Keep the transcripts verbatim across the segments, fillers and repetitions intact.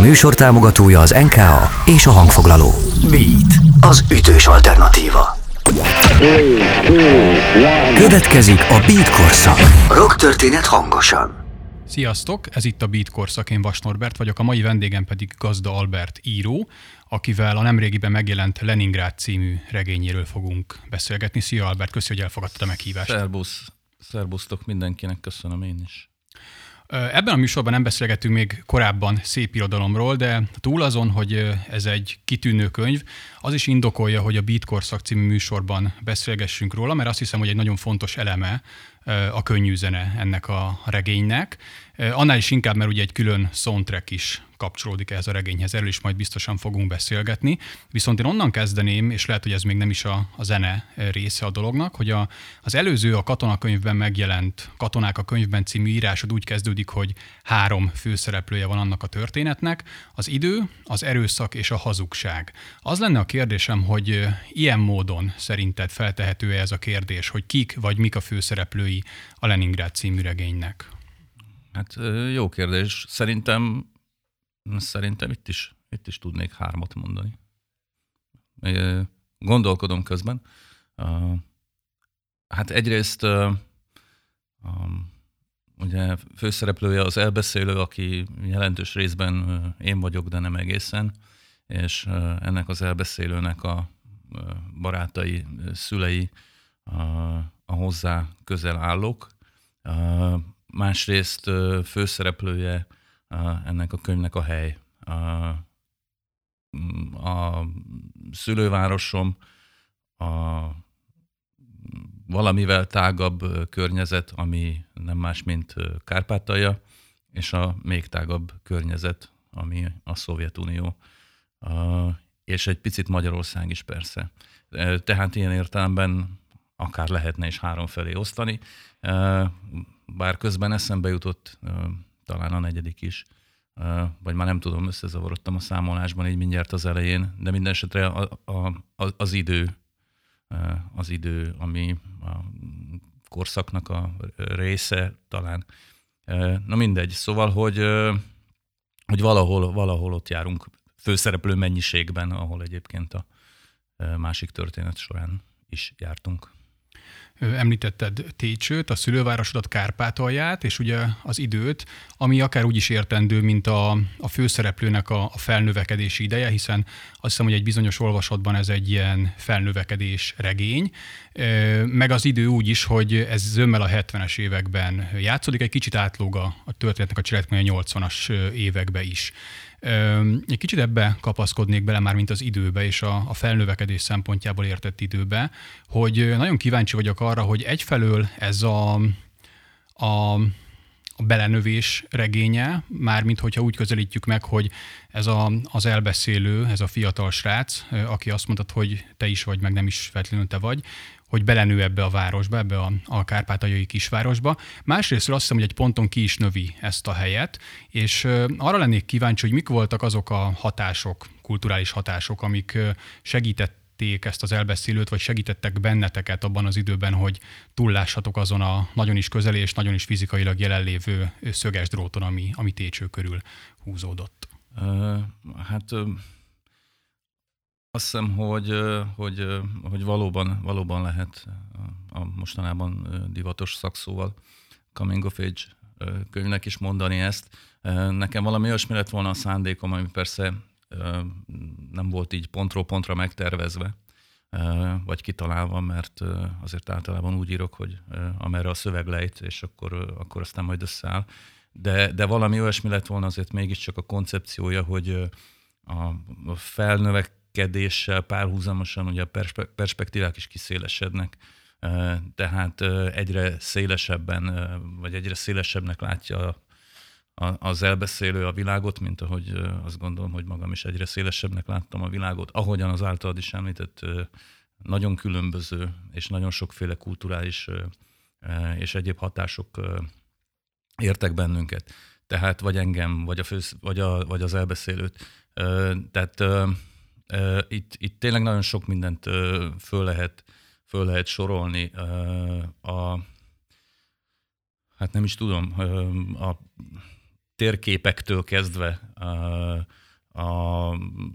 műsor támogatója az en ká á és a hangfoglaló. Beat, az ütős alternatíva. Következik a Beat korszak. Rock történet hangosan. Sziasztok, ez itt a Beat korszak, én Vas Norbert vagyok, a mai vendégem pedig Gazda Albert író, akivel a nemrégiben megjelent Leningrád című regényéről fogunk beszélgetni. Szia Albert, köszi, hogy elfogadtad a meghívást. Szerbusz, szerbusztok mindenkinek, köszönöm én is. Ebben a műsorban nem beszélgettünk még korábban szép irodalomról, de túl azon, hogy ez egy kitűnő könyv, az is indokolja, hogy a Beat korszak című műsorban beszélgessünk róla, mert azt hiszem, hogy egy nagyon fontos eleme a könnyű zene ennek a regénynek. Annál is inkább, mert ugye egy külön soundtrack is kapcsolódik ehhez a regényhez, erről is majd biztosan fogunk beszélgetni. Viszont én onnan kezdeném, és lehet, hogy ez még nem is a, a zene része a dolognak, hogy a, az előző a Katonakönyvben megjelent Katonák a könyvben című írásod úgy kezdődik, hogy három főszereplője van annak a történetnek, az idő, az erőszak és a hazugság. Az lenne a kérdésem, hogy ilyen módon szerinted feltehető-e ez a kérdés, hogy kik vagy mik a főszereplői a Leningrád című regénynek? Hát jó kérdés. Szerintem Szerintem itt is, itt is tudnék hármat mondani. Gondolkodom közben. Hát egyrészt ugye főszereplője az elbeszélő, aki jelentős részben én vagyok, de nem egészen, és ennek az elbeszélőnek a barátai, szülei a hozzá közel állók. Másrészt főszereplője ennek a könyvnek a hely. A, a szülővárosom, a valamivel tágabb környezet, ami nem más, mint Kárpátalja, és a még tágabb környezet, ami a Szovjetunió, és egy picit Magyarország is persze. Tehát ilyen értelemben akár lehetne is három felé osztani, bár közben eszembe jutott talán a negyedik is, vagy már nem tudom, összezavarodtam a számolásban így mindjárt az elején, de minden esetre a, a, az idő, az idő, ami a korszaknak a része talán. Na mindegy, szóval, hogy, hogy valahol, valahol ott járunk főszereplő mennyiségben, ahol egyébként a másik történet során is jártunk. Említetted Técsőt, a szülővárosodat, Kárpátalját, és ugye az időt, ami akár úgy is értendő, mint a, a főszereplőnek a, a felnövekedési ideje, hiszen azt hiszem, hogy egy bizonyos olvasatban ez egy ilyen felnövekedés regény, meg az idő úgy is, hogy ez zömmel a hetvenes években játszódik, egy kicsit átlóg a, a történetnek a cselekménye a nyolcvanas évekbe is. Egy kicsit ebbe kapaszkodnék bele már, mint az időbe és a, a felnövekedés szempontjából értett időbe, hogy nagyon kíváncsi vagyok arra, hogy egyfelől ez a, a, a belenövés regénye, mármint hogyha úgy közelítjük meg, hogy ez a, az elbeszélő, ez a fiatal srác, aki azt mondtad, hogy te is vagy, meg nem is feltétlenül te vagy, hogy belenő ebbe a városba, ebbe a, a kárpátaljai kisvárosba. Másrésztről azt hiszem, hogy egy ponton ki is növi ezt a helyet, és arra lennék kíváncsi, hogy mik voltak azok a hatások, kulturális hatások, amik segítették ezt az elbeszélőt, vagy segítettek benneteket abban az időben, hogy túllássatok azon a nagyon is közeli és nagyon is fizikailag jelenlévő szöges dróton, ami, ami Técső körül húzódott. Uh, hát... Uh... Azt hiszem, hogy, hogy, hogy valóban, valóban lehet a mostanában divatos szakszóval coming of age könyvnek is mondani ezt. Nekem valami olyasmi lett volna a szándékom, ami persze nem volt így pontról pontra megtervezve, vagy kitalálva, mert azért általában úgy írok, hogy amerre a szöveg lejt, és akkor, akkor aztán majd összeáll. De, de valami olyasmi lett volna azért mégiscsak a koncepciója, hogy a felnövek kedéssel párhuzamosan ugye a perspektívák is kiszélesednek, tehát egyre szélesebben, vagy egyre szélesebbnek látja az elbeszélő a világot, mint ahogy azt gondolom, hogy magam is egyre szélesebbnek láttam a világot, ahogyan az általad is említett nagyon különböző és nagyon sokféle kulturális és egyéb hatások értek bennünket. Tehát vagy engem, vagy, a fősz, vagy, a, vagy az elbeszélőt. Tehát Uh, itt, itt tényleg nagyon sok mindent uh, föl, lehet, föl lehet sorolni. Uh, a, hát nem is tudom, uh, a térképektől kezdve a, a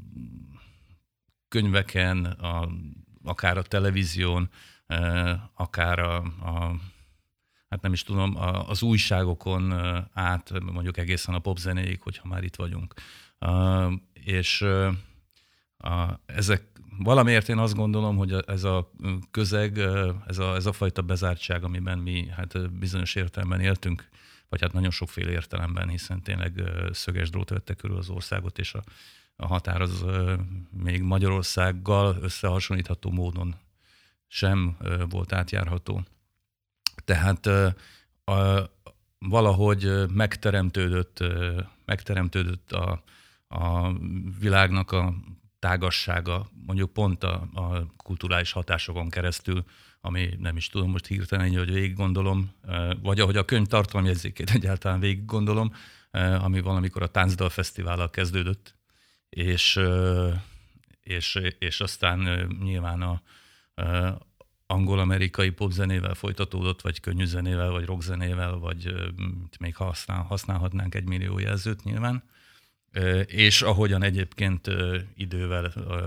könyveken, a, akár a televízión, akár a, a hát nem is tudom, az újságokon át, mondjuk egészen a popzenéig, hogyha már itt vagyunk. És ezek valamiért én azt gondolom, hogy ez a közeg, ez a, ez a fajta bezártság, amiben mi hát bizonyos értelemben éltünk, vagy hát nagyon sokféle értelemben, hiszen tényleg szöges drót vette körül az országot, és a, a határ az még Magyarországgal összehasonlítható módon sem volt átjárható. Tehát a, valahogy megteremtődött, megteremtődött a, a világnak a tágassága, mondjuk pont a, a kulturális hatásokon keresztül, ami nem is tudom most hirtelen, hogy végig gondolom, vagy ahogy a könyv tartalomjegyzékét egyáltalán végig gondolom, ami valamikor a Táncdal Fesztivállal kezdődött, és, és, és aztán nyilván a, a angol-amerikai popzenével folytatódott, vagy könnyűzenével, vagy rockzenével, vagy még használ, használhatnánk egy millió jelzőt nyilván. És ahogyan egyébként idővel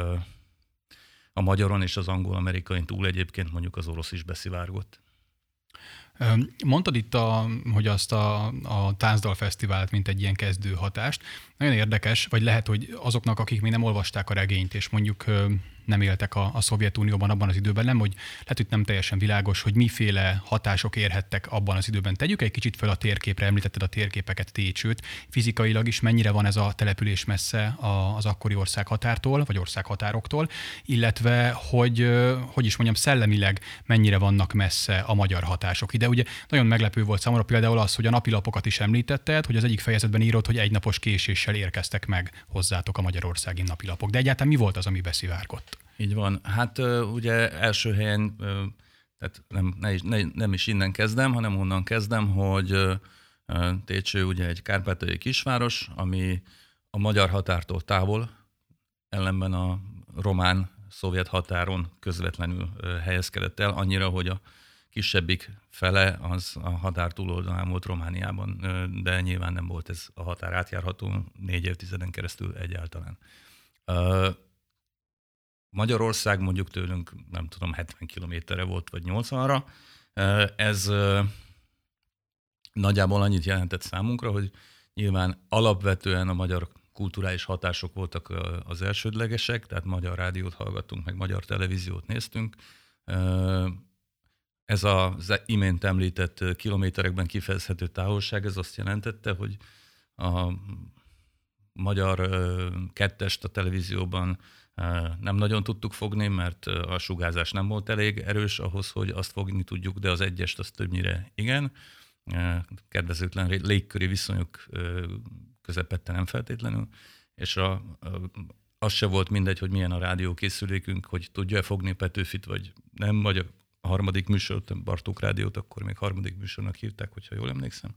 a magyaron és az angol-amerikai túl egyébként mondjuk az orosz is beszivárgott. Mondtad itt, a, hogy azt a, a Táncdal Fesztivált, mint egy ilyen kezdő hatást. Nagyon érdekes, vagy lehet, hogy azoknak, akik még nem olvasták a regényt, és mondjuk nem éltek a, a Szovjetunióban abban az időben, nem, hogy lehet, hogy nem teljesen világos, hogy miféle hatások érhettek abban az időben. Tegyük egy kicsit fel a térképre, említetted a térképeket, Técsőt. Fizikailag is mennyire van ez a település messze az akkori ország határtól, vagy ország határoktól, illetve hogy, hogy is mondjam, szellemileg mennyire vannak messze a magyar hatások ide. Ugye nagyon meglepő volt számomra például az, hogy a napilapokat is említetted, hogy az egyik fejezetben írod, hogy egynapos késéssel érkeztek meg hozzátok a magyarországi napilapok. De egyáltalán mi volt az, ami beszivárgott? Így van. Hát ugye első helyen, tehát nem, ne is, ne, nem is innen kezdem, hanem onnan kezdem, hogy Técső ugye egy kárpátaljai kisváros, ami a magyar határtól távol, ellenben a román-szovjet határon közvetlenül helyezkedett el, annyira, hogy a kisebbik fele az a határ túloldalán volt Romániában, de nyilván nem volt ez a határ átjárható négy évtizeden keresztül egyáltalán. Magyarország mondjuk tőlünk, nem tudom, hetven kilométerre volt, vagy nyolcvanra. Ez nagyjából annyit jelentett számunkra, hogy nyilván alapvetően a magyar kulturális hatások voltak az elsődlegesek, tehát magyar rádiót hallgattunk, meg magyar televíziót néztünk. Ez az imént említett kilométerekben kifejezhető távolság, ez azt jelentette, hogy a magyar kettest a televízióban nem nagyon tudtuk fogni, mert a sugárzás nem volt elég erős ahhoz, hogy azt fogni tudjuk, de az egyest az többnyire igen. Kedvezőtlen légköri viszonyok közepette nem feltétlenül, és a, a, az se volt mindegy, hogy milyen a rádiókészülékünk, hogy tudja-e fogni Petőfit, vagy nem, vagy a harmadik műsort, Bartók Rádiót, akkor még harmadik műsornak hívták, hogyha jól emlékszem.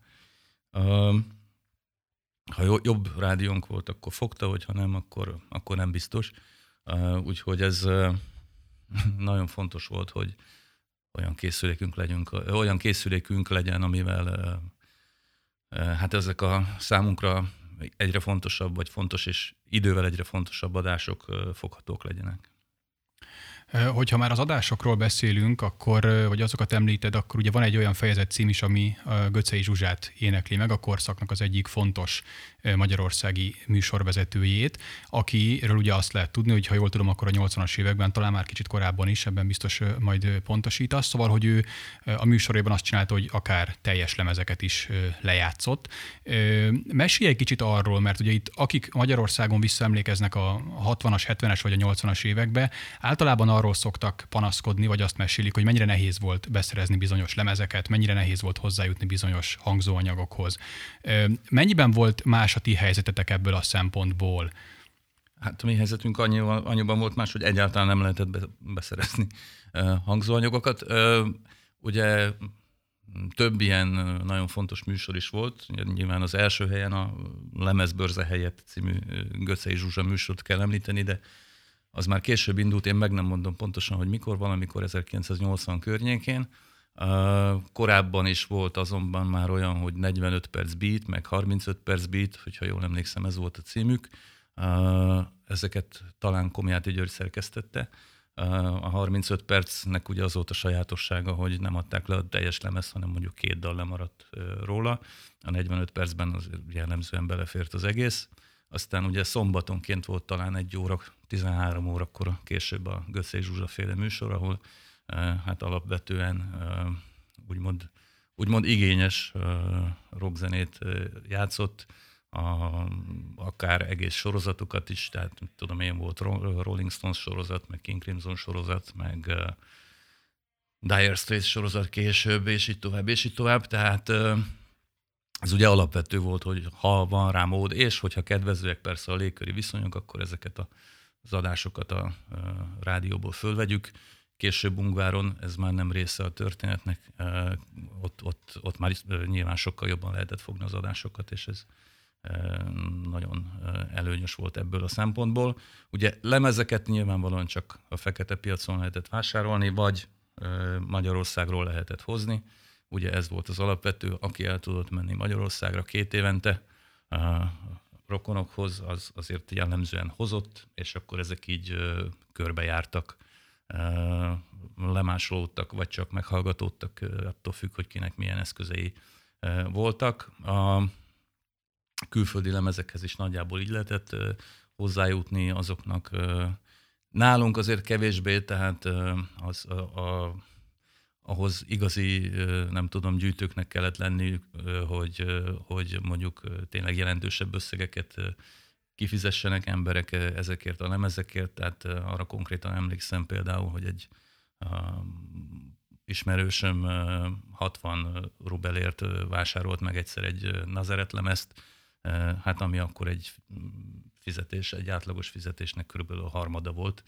Ha jobb rádiónk volt, akkor fogta, vagy ha nem, akkor, akkor nem biztos. Uh, úgyhogy ez uh, nagyon fontos volt, hogy olyan készülékünk, legyünk, uh, olyan készülékünk legyen, amivel uh, uh, hát ezek a számunkra egyre fontosabb, vagy fontos és idővel egyre fontosabb adások uh, foghatók legyenek. Hogyha már az adásokról beszélünk, akkor, vagy azokat említed, akkor ugye van egy olyan fejezet cím is, ami Göcsei Zsuzsát énekli meg, a korszaknak az egyik fontos magyarországi műsorvezetőjét, akiről ugye azt lehet tudni, hogy ha jól tudom, akkor a nyolcvanas években, talán már kicsit korábban is, ebben biztos majd pontosítasz. Szóval, hogy ő a műsorében azt csinálta, hogy akár teljes lemezeket is lejátszott. Mesélj egy kicsit arról, mert ugye itt akik Magyarországon visszaemlékeznek a hatvanas, hetvenes vagy a nyolcvanas évekbe, általában arról szoktak panaszkodni, vagy azt mesélik, hogy mennyire nehéz volt beszerezni bizonyos lemezeket, mennyire nehéz volt hozzájutni bizonyos hangzóanyagokhoz. Mennyiben volt más a ti helyzetetek ebből a szempontból? Hát a mi helyzetünk annyiban, annyiban volt más, hogy egyáltalán nem lehetett be, beszerezni hangzóanyagokat. Ugye több ilyen nagyon fontos műsor is volt. Nyilván az első helyen a Lemezbörze helyett című Göcsei Zsuzsa műsort kell említeni, de az már később indult, én meg nem mondom pontosan, hogy mikor, valamikor ezerkilencszáznyolcvan környékén. Korábban is volt azonban már olyan, hogy negyvenöt perc beat, meg harmincöt perc beat, hogyha jól emlékszem, ez volt a címük. Ezeket talán Komjáti György szerkesztette. A harmincöt percnek ugye az volt a sajátossága, hogy nem adták le a teljes lemez, hanem mondjuk két dal lemaradt róla. A negyvenöt percben az jellemzően belefért az egész. Aztán ugye szombatonként volt talán egy óra, tizenhárom órakor később a Göcé Zsuzsa féle műsor, ahol hát alapvetően úgymond, úgymond igényes rockzenét játszott, a, akár egész sorozatokat is, tehát tudom én, volt Rolling Stones sorozat, meg King Crimson sorozat, meg uh, Dire Straits sorozat később, és így tovább, és így tovább, tehát uh, ez ugye alapvető volt, hogy ha van rá mód, és hogyha kedvezőek persze a légköri viszonyok, akkor ezeket a, az adásokat a uh, rádióból fölvegyük. Később Ungváron, ez már nem része a történetnek, uh, ott, ott, ott már uh, nyilván sokkal jobban lehetett fogni az adásokat, és ez nagyon előnyös volt ebből a szempontból. Ugye lemezeket nyilvánvalóan csak a fekete piacon lehetett vásárolni, vagy Magyarországról lehetett hozni. Ugye ez volt az alapvető, aki el tudott menni Magyarországra két évente a rokonokhoz, az azért jellemzően hozott, és akkor ezek így körbejártak, lemásolódtak, vagy csak meghallgatódtak, attól függ, hogy kinek milyen eszközei voltak. A külföldi lemezekhez is nagyjából így lehetett uh, hozzájutni azoknak. Uh, nálunk azért kevésbé, tehát uh, az, a, a, ahhoz igazi, uh, nem tudom, gyűjtőknek kellett lenni, uh, hogy, uh, hogy mondjuk uh, tényleg jelentősebb összegeket uh, kifizessenek emberek uh, ezekért a lemezekért, tehát uh, arra konkrétan emlékszem például, hogy egy uh, ismerősöm uh, hatvan rubelért uh, vásárolt meg egyszer egy uh, Nazareth lemezt, hát ami akkor egy fizetés, egy átlagos fizetésnek körülbelül a harmada volt.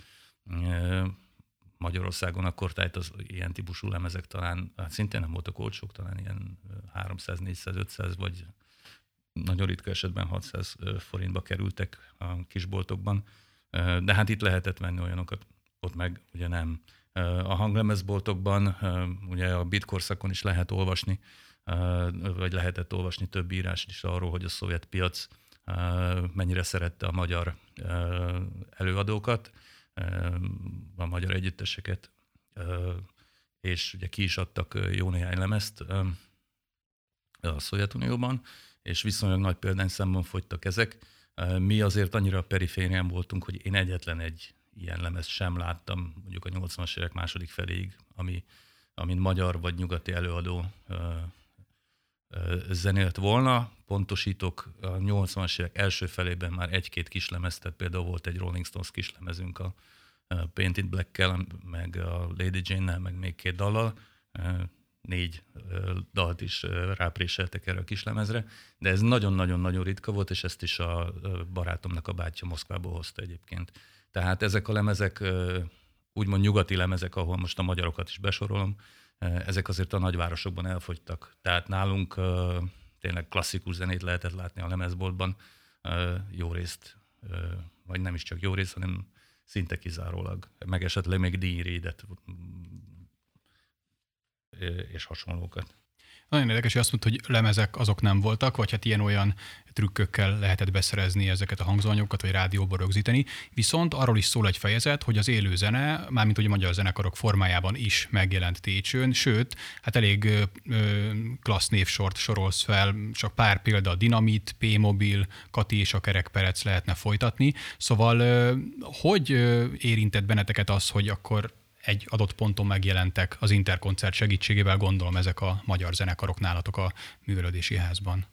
Magyarországon akkor tehát az ilyen típusú lemezek talán, hát szintén nem voltak olcsók, talán ilyen háromszáz, négyszáz, ötszáz, vagy nagyon ritka esetben hatszáz forintba kerültek a kisboltokban. De hát itt lehetett venni olyanokat, ott meg ugye nem. A hanglemezboltokban, ugye a beat korszakon is lehet olvasni, vagy lehetett olvasni több írás is arról, hogy a szovjet piac mennyire szerette a magyar előadókat, a magyar együtteseket, és ugye ki is adtak jó néhány lemezt a Szovjetunióban, és viszonylag nagy példányszámban fogytak ezek. Mi azért annyira periférián voltunk, hogy én egyetlen egy ilyen lemezt sem láttam, mondjuk a nyolcvanas évek második feléig, ami, amin magyar vagy nyugati előadó zenélt volna. Pontosítok, a nyolcvanas évek első felében már egy-két kislemez, tehát például volt egy Rolling Stones kislemezünk a Painted Black-kel, meg a Lady Jane-nel, meg még két dallal. Négy dalt is rápréseltek erre a kislemezre, de ez nagyon-nagyon-nagyon ritka volt, és ezt is a barátomnak a bátyja Moszkvából hozta egyébként. Tehát ezek a lemezek, úgymond nyugati lemezek, ahol most a magyarokat is besorolom, ezek azért a nagyvárosokban elfogytak. Tehát nálunk uh, tényleg klasszikus zenét lehetett látni a lemezboltban uh, jó részt, uh, vagy nem is csak jó részt, hanem szinte kizárólag. Meg esetleg még Dean Reedet és hasonlókat. Nagyon érdekes, hogy azt mondta, hogy lemezek azok nem voltak, vagy hát ilyen-olyan trükkökkel lehetett beszerezni ezeket a hangzóanyagokat, vagy rádióban rögzíteni. Viszont arról is szól egy fejezet, hogy az élő zene, mármint hogy a magyar zenekarok formájában is megjelent Técsőn, sőt, hát elég ö, klassz névsort sorolsz fel, csak pár példa, a Dinamit, P-Mobil, Kati és a Kerekperec lehetne folytatni. Szóval ö, hogy ö, érintett benneteket az, hogy akkor egy adott ponton megjelentek az Interkoncert segítségével, gondolom ezek a magyar zenekarok nálatok a művelődési házban?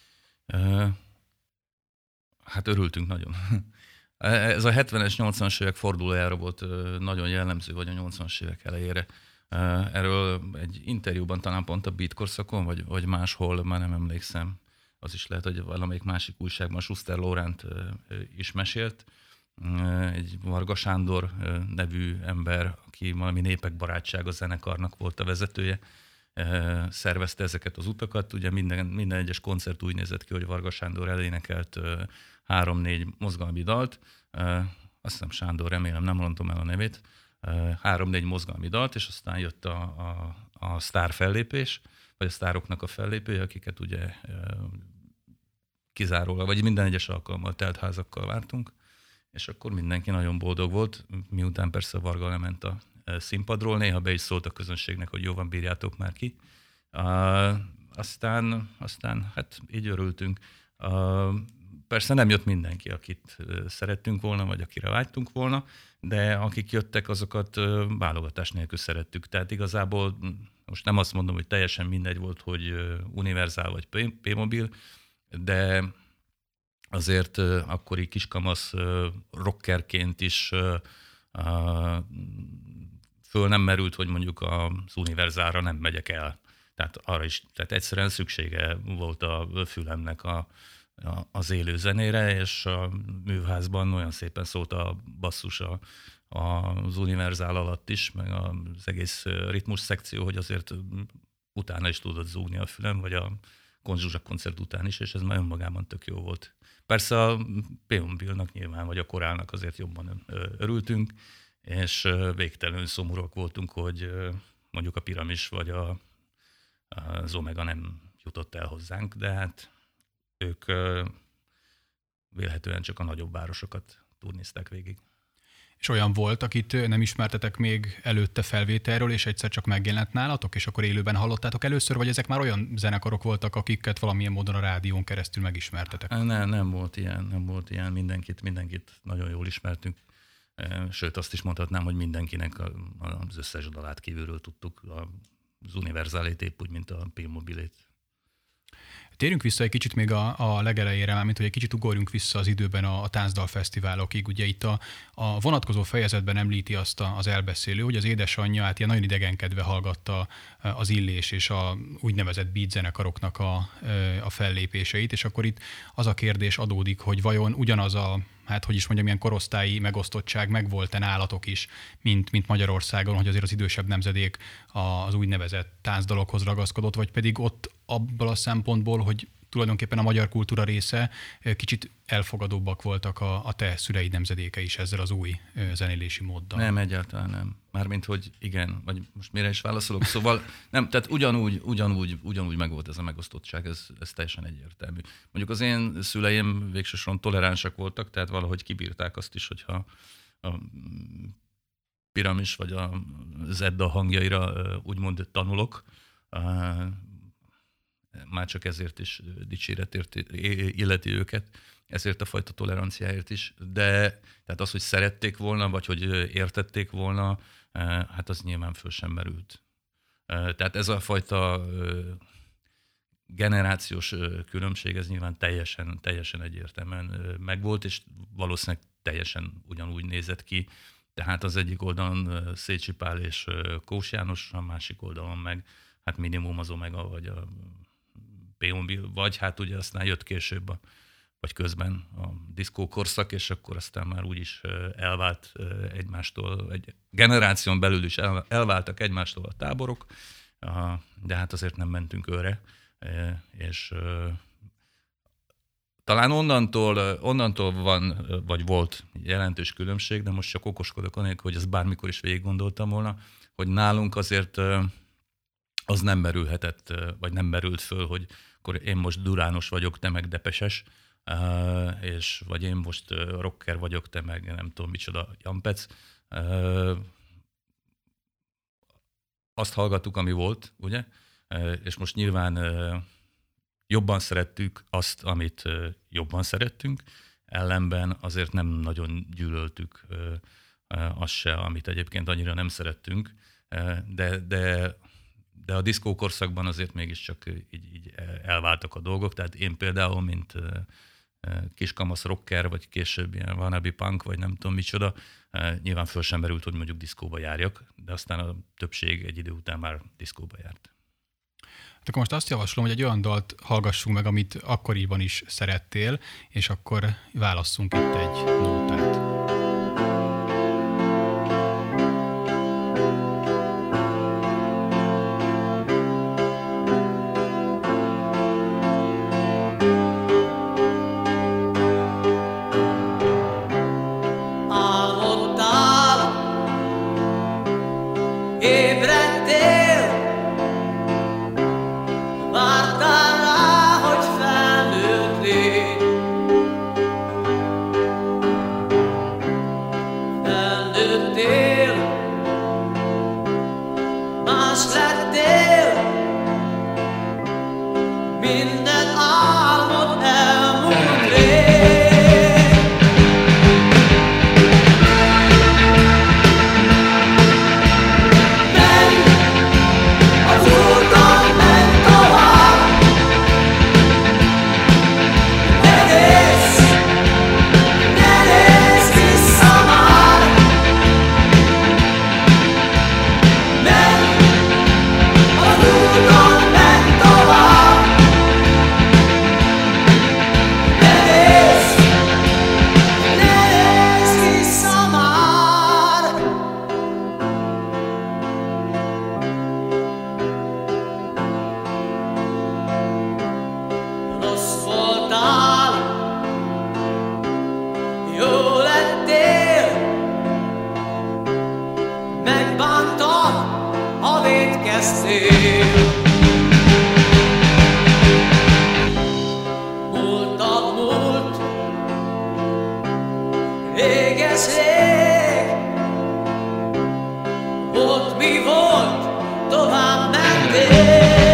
Hát örültünk nagyon. Ez a hetvenes, nyolcvanas évek fordulójára volt nagyon jellemző, vagy a nyolcvanas évek elejére. Erről egy interjúban talán pont a Beat korszakon, vagy, vagy máshol, már nem emlékszem, az is lehet, hogy valamelyik másik újságban Schuster Lóránt is mesélt. Egy Varga Sándor nevű ember, aki valami Népek Barátsága zenekarnak volt a vezetője, szervezte ezeket az utakat. Ugye minden, minden egyes koncert úgy nézett ki, hogy Varga Sándor elénekelt három-négy mozgalmi dalt. Azt hiszem Sándor, remélem nem mondom el a nevét. Három-négy mozgalmi dalt, és aztán jött a, a, a sztár fellépés, vagy a sztároknak a fellépője, akiket ugye kizárólag, vagy minden egyes alkalommal teltházakkal vártunk, és akkor mindenki nagyon boldog volt, miután persze Varga lement a színpadról, néha be is szólt a közönségnek, hogy jó van, bírjátok már ki. Uh, aztán, aztán hát így örültünk. Uh, persze nem jött mindenki, akit szerettünk volna, vagy akire vágytunk volna, de akik jöttek, azokat válogatás nélkül szerettük. Tehát igazából most nem azt mondom, hogy teljesen mindegy volt, hogy Universal vagy P-Mobil, de azért akkori kiskamasz rockerként is föl nem merült, hogy mondjuk az Universalra nem megyek el. Tehát arra is, tehát egyszerűen szüksége volt a fülemnek a, a, az élő zenére, és a műházban olyan szépen szólt a basszus a, a, az Universal alatt is, meg az egész ritmus szekció, hogy azért utána is tudott zúgni a fülem, vagy a Konzsuzsa koncert után is, és ez már önmagában tök jó volt. Persze a P-Mobilnak nyilván, vagy a Korálnak azért jobban örültünk, és végtelenül szomorúak voltunk, hogy mondjuk a Piramis vagy a, az Omega nem jutott el hozzánk, de hát ők vélhetően csak a nagyobb városokat turnézták végig. És olyan volt, akit nem ismertetek még előtte felvételről, és egyszer csak megjelent nálatok, és akkor élőben hallottátok először, vagy ezek már olyan zenekarok voltak, akiket valamilyen módon a rádión keresztül megismertetek? Nem, nem volt ilyen, nem volt ilyen, mindenkit, mindenkit nagyon jól ismertünk. Sőt, azt is mondhatnám, hogy mindenkinek az összes dalát kívülről tudtuk, az Universalét épp úgy, mint a P-Mobilét. Térjünk vissza egy kicsit még a, a legelejére, mármint hogy egy kicsit ugorjunk vissza az időben a, a táncdalfesztiválokig. Ugye itt a, a vonatkozó fejezetben említi azt a, az elbeszélő, hogy az édesanyja hát ilyen nagyon idegenkedve hallgatta az Illés és a úgynevezett beat zenekaroknak a, a fellépéseit, és akkor itt az a kérdés adódik, hogy vajon ugyanaz a, hát hogy is mondjam, ilyen korosztályi megosztottság megvolt-e nálatok is, mint, mint Magyarországon, hogy azért az idősebb nemzedék az úgynevezett táncdalokhoz ragaszkodott, vagy pedig ott abból a szempontból, hogy tulajdonképpen a magyar kultúra része kicsit elfogadóbbak voltak a, a te szüleid nemzedéke is ezzel az új zenélési móddal. Nem, egyáltalán nem. Mármint, hogy igen, vagy most mire is válaszolok. Szóval nem, tehát ugyanúgy, ugyanúgy, ugyanúgy megvolt ez a megosztottság, ez, ez teljesen egyértelmű. Mondjuk az én szüleim végső soron toleránsak voltak, tehát valahogy kibírták azt is, hogyha a Piramis vagy a Zedda hangjaira úgymond tanulok, már csak ezért is dicséretért illeti őket, ezért a fajta toleranciáért is, de tehát az, hogy szerették volna, vagy hogy értették volna, hát az nyilván föl sem merült. Tehát ez a fajta generációs különbség, ez nyilván teljesen, teljesen egyértelműen megvolt, és valószínűleg teljesen ugyanúgy nézett ki. Tehát az egyik oldalon Szécsi Pál és Kós János, a másik oldalon meg hát minimum az Omega, vagy a P-Mobil, vagy hát ugye aztán jött később, a, vagy közben a diszkó korszak, és akkor aztán már úgyis elvált egymástól, egy generáción belül is elváltak egymástól a táborok, de hát azért nem mentünk őre, és talán onnantól, onnantól van, vagy volt jelentős különbség, de most csak okoskodok anélkül, hogy ezt bármikor is végig gondoltam volna, hogy nálunk azért az nem merülhetett, vagy nem merült föl, hogy akkor én most durános vagyok, te meg depeses, és vagy én most rocker vagyok, te meg nem tudom micsoda jampec. Azt hallgattuk, ami volt, ugye? És most nyilván jobban szerettük azt, amit jobban szerettünk, ellenben azért nem nagyon gyűlöltük azt se, amit egyébként annyira nem szerettünk, de, de De a diszkó korszakban azért mégiscsak így, így elváltak a dolgok. Tehát én például, mint kiskamasz rocker, vagy később ilyen wannabe punk, vagy nem tudom micsoda, nyilván föl sem merült, hogy mondjuk diszkóba járjak, de aztán a többség egy idő után már diszkóba járt. Akkor most azt javaslom, hogy egy olyan dalt hallgassunk meg, amit akkoriban is szerettél, és akkor válasszunk itt egy nótát. Ébredtél, égeség. Volt mi volt, tovább mentél.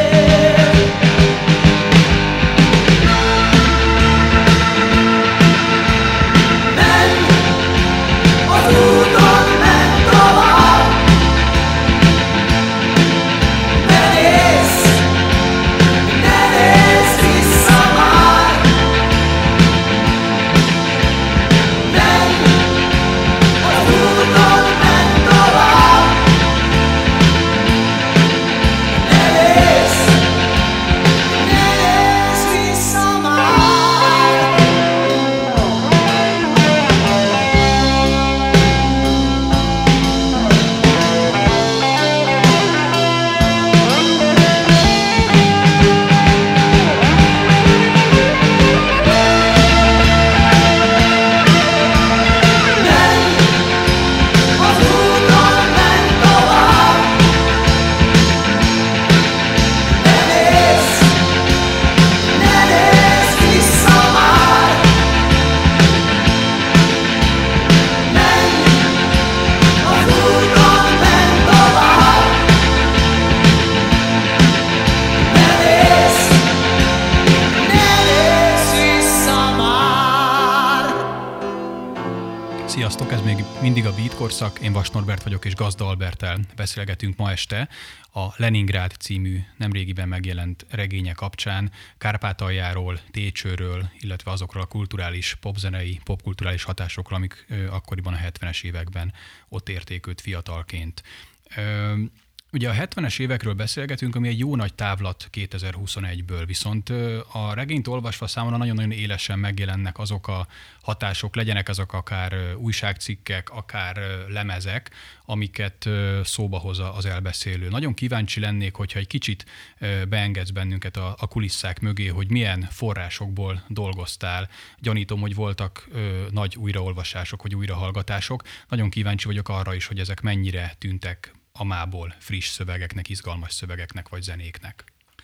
Sziasztok, ez még mindig a Beat korszak, én Vas Norbert vagyok, és Gazda Alberttel beszélgetünk ma este a Leningrád című nemrégiben megjelent regénye kapcsán Kárpátaljáról, Técsőről, illetve azokról a kulturális, popzenei, popkulturális hatásokról, amik ö, akkoriban a hetvenes években ott érték őt fiatalként. Ö, Ugye a hetvenes évekről beszélgetünk, ami egy jó nagy távlat kétezer-huszonegyből, viszont a regényt olvasva számomra nagyon-nagyon élesen megjelennek azok a hatások, legyenek azok akár újságcikkek, akár lemezek, amiket szóba hoz az elbeszélő. Nagyon kíváncsi lennék, hogyha egy kicsit beengedsz bennünket a, a kulisszák mögé, hogy milyen forrásokból dolgoztál. Gyanítom, hogy voltak nagy újraolvasások, vagy újrahallgatások. Nagyon kíváncsi vagyok arra is, hogy ezek mennyire tűntek a mából friss szövegeknek, izgalmas szövegeknek vagy zenéknek?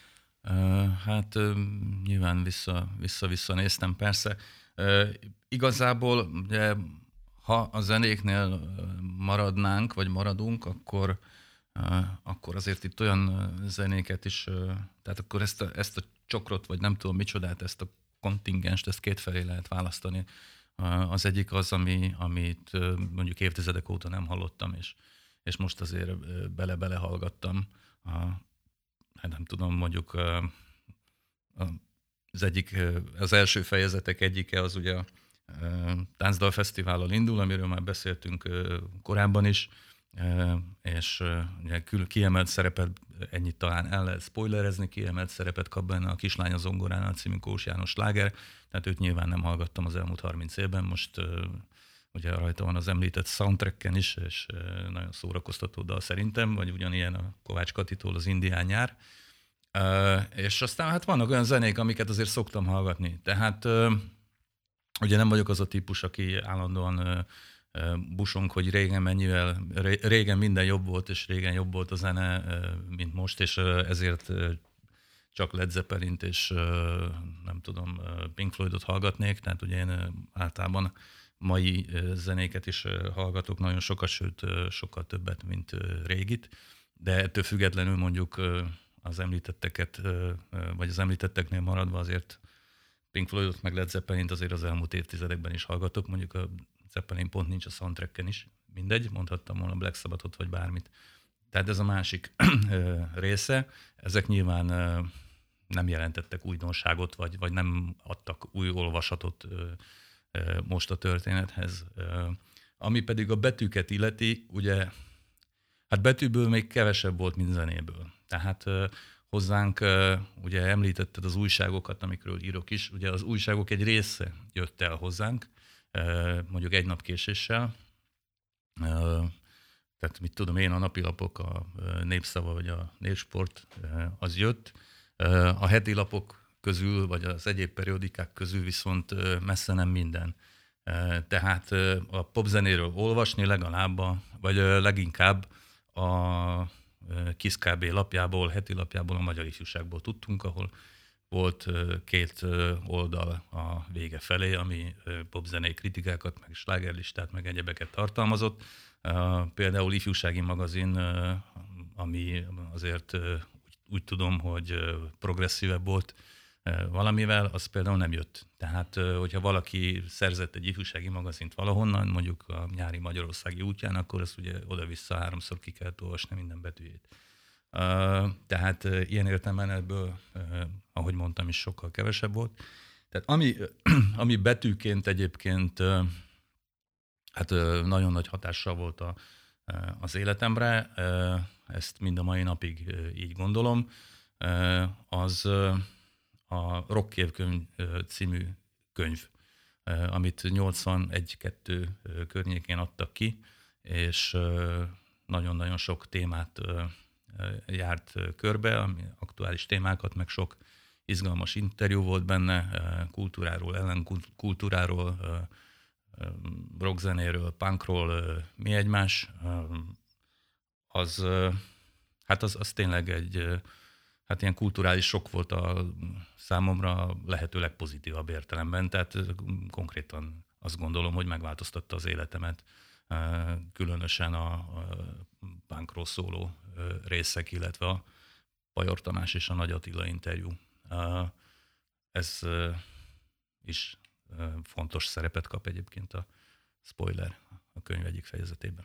Uh, hát uh, nyilván vissza, vissza-vissza néztem persze. Uh, igazából, ugye, ha a zenéknél maradnánk, vagy maradunk, akkor, uh, akkor azért itt olyan zenéket is, uh, tehát akkor ezt a, ezt a csokrot, vagy nem tudom micsodát, ezt a kontingenst, ezt kétfelé lehet választani. Uh, az egyik az, ami, amit uh, mondjuk évtizedek óta nem hallottam, és és most azért bele-bele hallgattam. A, hát nem tudom, mondjuk a, az egyik, az első fejezetek egyike az ugye a Táncdalfesztivállal indul, amiről már beszéltünk korábban is, és ugye kiemelt szerepet, ennyit talán el lehet spoilerezni, kiemelt szerepet kap benne a Kislány a zongoránál című Kós János sláger, tehát őt nyilván nem hallgattam az elmúlt harminc évben, most ugye rajta van az említett soundtracken is, és nagyon szórakoztató dal szerintem, vagy ugyanilyen a Kovács Katitól az Indián nyár. És aztán hát vannak olyan zenék, amiket azért szoktam hallgatni. Tehát ugye nem vagyok az a típus, aki állandóan busong, hogy régen mennyivel, régen minden jobb volt, és régen jobb volt a zene, mint most, és ezért csak Led Zeppelint és nem tudom, Pink Floydot hallgatnék, tehát ugye én általában mai zenéket is hallgatok nagyon sokat, sőt sokkal többet, mint régit, de ettől függetlenül mondjuk az említetteket, vagy az említetteknél maradva azért Pink Floydot meg Led Zeppelint azért az elmúlt évtizedekben is hallgatok, mondjuk a Zeppelin pont nincs a soundtracken is, mindegy, mondhattam volna Black Sabbathot vagy bármit. Tehát ez a másik része, ezek nyilván nem jelentettek újdonságot, vagy, vagy nem adtak új olvasatot most a történethez. Ami pedig a betűket illeti, ugye, hát betűből még kevesebb volt, mint zenéből. Tehát hozzánk, ugye említetted az újságokat, amikről írok is, ugye az újságok egy része jött el hozzánk, mondjuk egy nap késéssel. Tehát mit tudom én, a napilapok, a Népszava vagy a Népsport, az jött. A heti lapok közül, vagy az egyéb periódikák közül viszont messze nem minden. Tehát a popzenéről olvasni legalább, a, vagy leginkább a Kiss ká bé lapjából, heti lapjából, a Magyar Ifjúságból tudtunk, ahol volt két oldal a vége felé, ami popzenei kritikákat, meg slágerlistát, meg egyebeket tartalmazott. Például ifjúsági magazin, ami azért úgy, úgy tudom, hogy progresszívebb volt valamivel, az például nem jött. Tehát, hogyha valaki szerzett egy ifjúsági magazint valahonnan, mondjuk a nyári magyarországi útján, akkor ezt ugye oda-vissza háromszor ki kell olvasni minden betűjét. Tehát ilyen értelemben ebből, ahogy mondtam is, sokkal kevesebb volt. Tehát ami, ami betűként egyébként hát nagyon nagy hatással volt a, az életemre, ezt mind a mai napig így gondolom, az a Rockévkönyv című könyv, amit nyolcvanegy kettő környékén adtak ki, és nagyon-nagyon sok témát járt körbe, ami aktuális témákat, meg sok izgalmas interjú volt benne, kultúráról, ellenkultúráról, rockzenéről, punkról, mi egymás. Az, hát az, az tényleg egy hát ilyen kulturális sok volt a számomra lehetőleg pozitívabb értelemben, tehát konkrétan azt gondolom, hogy megváltoztatta az életemet, különösen a punkról szóló részek, illetve a Pajor Tamás és a Nagy Attila interjú. Ez is fontos szerepet kap egyébként a spoiler a könyv egyik fejezetében.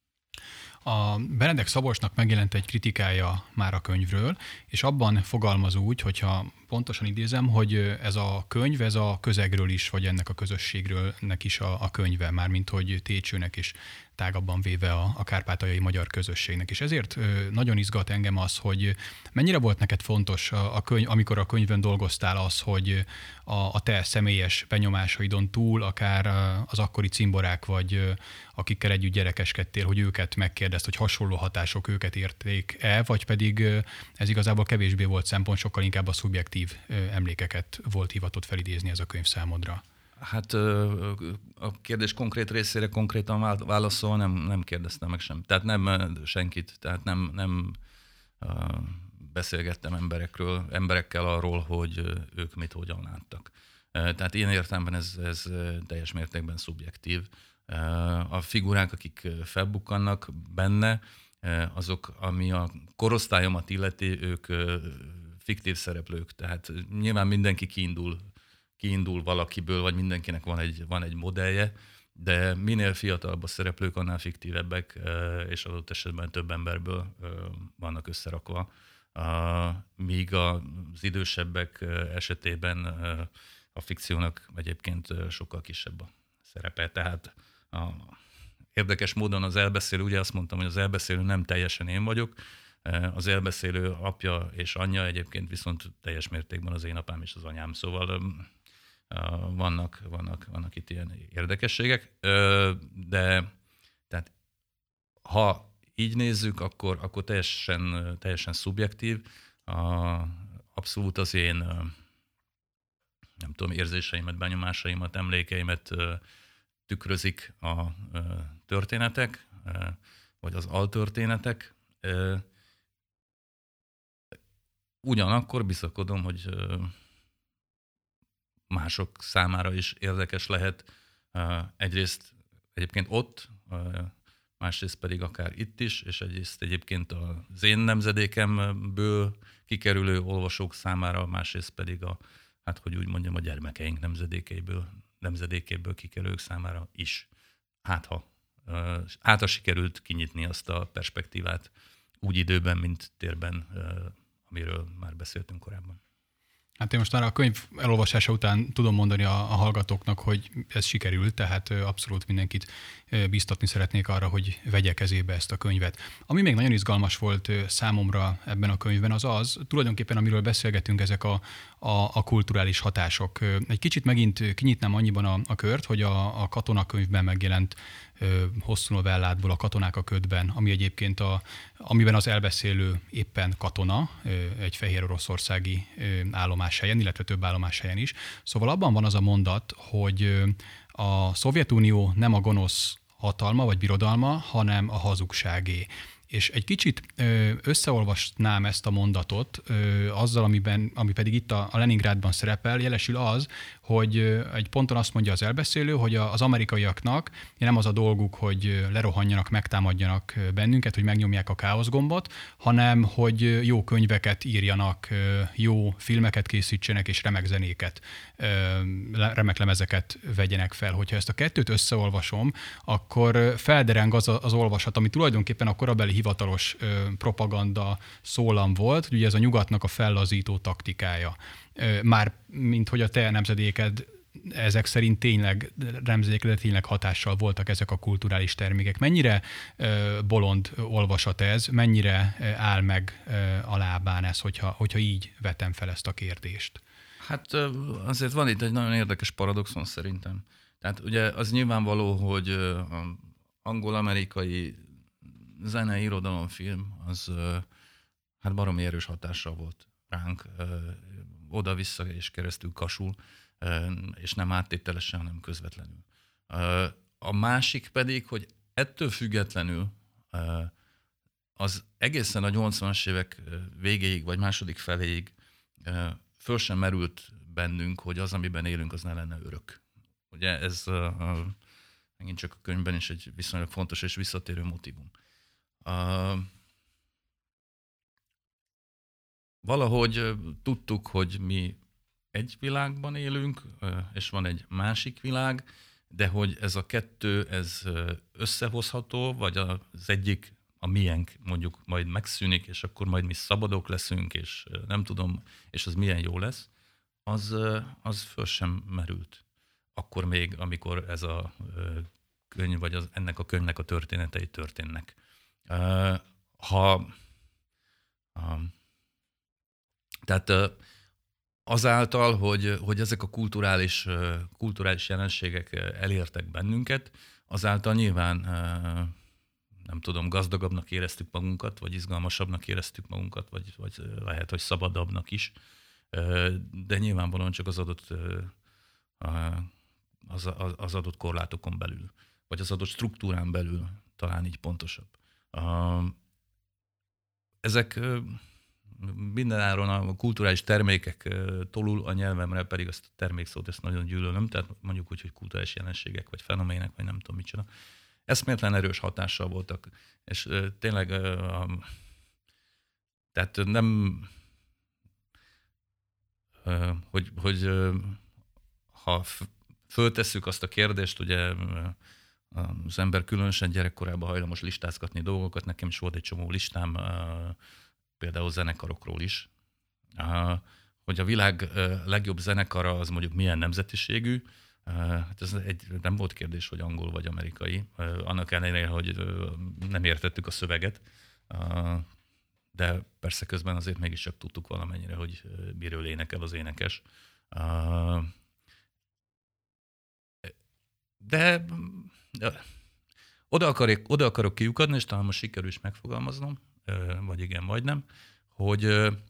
A Benedek Szabolcsnak megjelent egy kritikája már a könyvről, és abban fogalmaz úgy, hogyha pontosan idézem, hogy ez a könyv, ez a közegről is, vagy ennek a közösségről nek is a, a könyve, mármint hogy Técsőnek is tágabban véve a, a kárpátaljai magyar közösségnek. És ezért nagyon izgat engem az, hogy mennyire volt neked fontos a, a könyv, amikor a könyvön dolgoztál az, hogy a, a te személyes benyomásaidon túl, akár az akkori cimborák, vagy akikkel együtt gyerekeskedtél, hogy őket megkérdezt, hogy hasonló hatások őket érték-e, vagy pedig ez igazából kevésbé volt szempont, sokkal inkább a szubjektív emlékeket volt hivatott felidézni ez a könyv számodra. Hát a kérdés konkrét részére konkrétan válaszol, nem, nem kérdeztem meg sem. Tehát nem senkit, tehát nem, nem beszélgettem emberekről, emberekkel arról, hogy ők mit hogyan láttak. Tehát ilyen értelemben ez, ez teljes mértékben szubjektív. A figurák, akik felbukkannak benne, azok, ami a korosztályomat illeti, ők fiktív szereplők. Tehát nyilván mindenki kiindul, kiindul valakiből, vagy mindenkinek van egy, van egy modellje, de minél fiatalabb a szereplők, annál fiktívebbek, és adott esetben több emberből vannak összerakva. Míg az idősebbek esetében a fikciónak egyébként sokkal kisebb a szerepe. Tehát a, érdekes módon az elbeszélő, ugye azt mondtam, hogy az elbeszélő nem teljesen én vagyok, az elbeszélő apja és anyja egyébként viszont teljes mértékben az én apám és az anyám, szóval vannak, vannak, vannak itt ilyen érdekességek, de tehát ha így nézzük, akkor, akkor teljesen, teljesen szubjektív, abszolút az én nem tudom, érzéseimet, benyomásaimat, emlékeimet tükrözik a történetek, vagy az altörténetek. Ugyanakkor bizakodom, hogy mások számára is érdekes lehet. Egyrészt egyébként ott, másrészt pedig akár itt is, és egyrészt egyébként az én nemzedékemből kikerülő olvasók számára, másrészt pedig a, hát hogy úgy mondjam, a gyermekeink nemzedékeiből, nemzedékéből kikerülők számára is. Hát ha, hát ha sikerült kinyitni azt a perspektívát úgy időben, mint térben, amiről már beszéltünk korábban. Hát én most már a könyv elolvasása után tudom mondani a, a hallgatóknak, hogy ez sikerült, tehát abszolút mindenkit biztatni szeretnék arra, hogy vegye kezébe ezt a könyvet. Ami még nagyon izgalmas volt számomra ebben a könyvben, az az, tulajdonképpen amiről beszélgetünk, ezek a, a, a kulturális hatások. Egy kicsit megint kinyitnám annyiban a, a kört, hogy a, a katonakönyvben megjelent hosszú novelládból, a Katonák a ködben, ami egyébként a, amiben az elbeszélő éppen katona, egy fehér oroszországi állomáshelyen, illetve több állomáshelyen is. Szóval abban van az a mondat, hogy a Szovjetunió nem a gonosz hatalma vagy birodalma, hanem a hazugságé. És egy kicsit összeolvasnám ezt a mondatot azzal, amiben, ami pedig itt a Leningrádban szerepel, jelesül az, hogy egy ponton azt mondja az elbeszélő, hogy az amerikaiaknak nem az a dolguk, hogy lerohanjanak, megtámadjanak bennünket, hogy megnyomják a káoszgombot, hanem hogy jó könyveket írjanak, jó filmeket készítsenek és remek zenéket, remek lemezeket vegyenek fel. Hogyha ezt a kettőt összeolvasom, akkor feldereng az az olvasat, ami tulajdonképpen a korabeli hivatalos propaganda szólam volt, hogy ugye ez a nyugatnak a fellazító taktikája. Már, mint hogy a te nemzedéked ezek szerint tényleg, nemzedékre tényleg hatással voltak ezek a kulturális termékek. Mennyire bolond olvasat ez, mennyire áll meg a lábán ez, hogyha, hogyha így vetem fel ezt a kérdést? Hát azért van itt egy nagyon érdekes paradoxon szerintem. Tehát ugye az nyilvánvaló, hogy angol-amerikai zene, irodalom, film, az hát baromi erős hatással volt ránk, oda-vissza és keresztül kasul, és nem áttételesen, hanem közvetlenül. A másik pedig, hogy ettől függetlenül az egészen a nyolcvanas évek végéig, vagy második feléig föl sem merült bennünk, hogy az, amiben élünk, az ne lenne örök. Ugye ez megint csak a könyvben is egy viszonylag fontos és visszatérő motívum. Valahogy tudtuk, hogy mi egy világban élünk, és van egy másik világ, de hogy ez a kettő ez összehozható, vagy az egyik, a miénk mondjuk majd megszűnik, és akkor majd mi szabadok leszünk, és nem tudom, és az milyen jó lesz, az, az föl sem merült. Akkor még, amikor ez a könyv, vagy az, ennek a könyvnek a történetei történnek. Ha, tehát azáltal, hogy, hogy ezek a kulturális, kulturális jelenségek elértek bennünket, azáltal nyilván nem tudom, gazdagabbnak éreztük magunkat, vagy izgalmasabbnak éreztük magunkat, vagy, vagy lehet, hogy szabadabbnak is, de nyilvánvalóan csak az adott, az, az adott korlátokon belül, vagy az adott struktúrán belül, talán így pontosabb. Ezek mindenáron a kulturális termékek tolul a nyelvemre, pedig azt a termékszót ezt nagyon gyűlölöm, tehát mondjuk úgy, hogy kulturális jelenségek, vagy fenomének, vagy nem tudom micsoda. Eszméletlen erős hatással voltak, és uh, tényleg uh, um, tehát nem uh, hogy, hogy uh, ha f- föltesszük azt a kérdést, ugye uh, az ember különösen gyerekkorában hajlamos listázgatni dolgokat, nekem is volt egy csomó listám, uh, például zenekarokról is, uh, hogy a világ uh, legjobb zenekara az mondjuk milyen nemzetiségű. Hát ez egy, nem volt kérdés, hogy angol vagy amerikai, annak ellenére, hogy nem értettük a szöveget, de persze közben azért mégiscsak tudtuk valamennyire, hogy miről énekel az énekes. De oda, akarok, oda akarok kiukadni, és talán most sikerül is megfogalmaznom, vagy igen, vagy nem, hogy